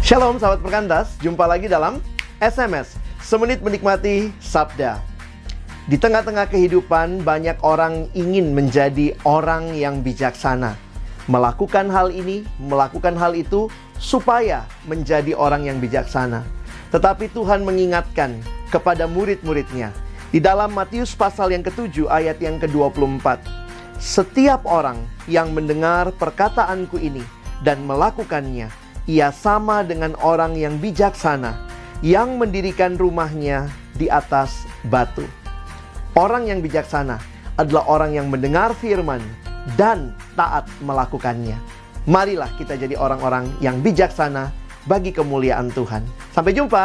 Shalom sahabat perkantas, jumpa lagi dalam SMS Semenit Menikmati Sabda. Di tengah-tengah kehidupan, banyak orang ingin menjadi orang yang bijaksana, melakukan hal ini, melakukan hal itu, supaya menjadi orang yang bijaksana. Tetapi Tuhan mengingatkan kepada murid-muridnya di dalam Matius pasal yang ke-7 ayat yang ke-24. Setiap orang yang mendengar perkataanku ini dan melakukannya, ia sama dengan orang yang bijaksana yang mendirikan rumahnya di atas batu. Orang yang bijaksana adalah orang yang mendengar firman dan taat melakukannya. Marilah kita jadi orang-orang yang bijaksana bagi kemuliaan Tuhan. Sampai jumpa.